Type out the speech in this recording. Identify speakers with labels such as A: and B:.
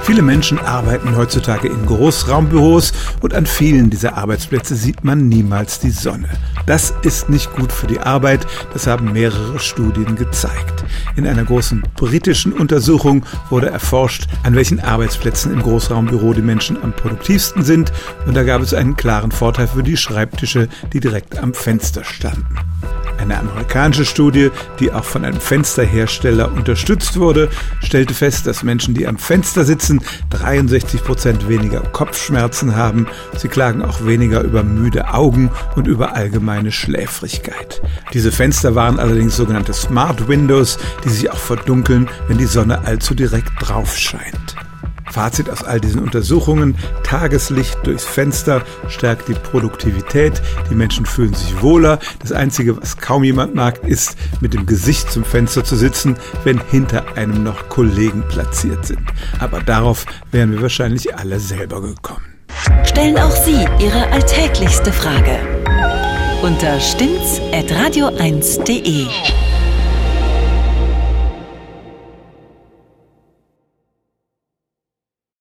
A: Viele Menschen arbeiten heutzutage in Großraumbüros und an vielen dieser Arbeitsplätze sieht man niemals die Sonne. Das ist nicht gut für die Arbeit, das haben mehrere Studien gezeigt. In einer großen britischen Untersuchung wurde erforscht, an welchen Arbeitsplätzen im Großraumbüro die Menschen am produktivsten sind, und da gab es einen klaren Vorteil für die Schreibtische, die direkt am Fenster standen. Eine amerikanische Studie, die auch von einem Fensterhersteller unterstützt wurde, stellte fest, dass Menschen, die am Fenster sitzen, 63% weniger Kopfschmerzen haben. Sie klagen auch weniger über müde Augen und über allgemeine Schläfrigkeit. Diese Fenster waren allerdings sogenannte Smart Windows, die sich auch verdunkeln, wenn die Sonne allzu direkt drauf scheint. Fazit aus all diesen Untersuchungen: Tageslicht durchs Fenster stärkt die Produktivität, die Menschen fühlen sich wohler. Das Einzige, was kaum jemand mag, ist, mit dem Gesicht zum Fenster zu sitzen, wenn hinter einem noch Kollegen platziert sind. Aber darauf wären wir wahrscheinlich alle selber gekommen.
B: Stellen auch Sie Ihre alltäglichste Frage unter stimmt's@radio1.de.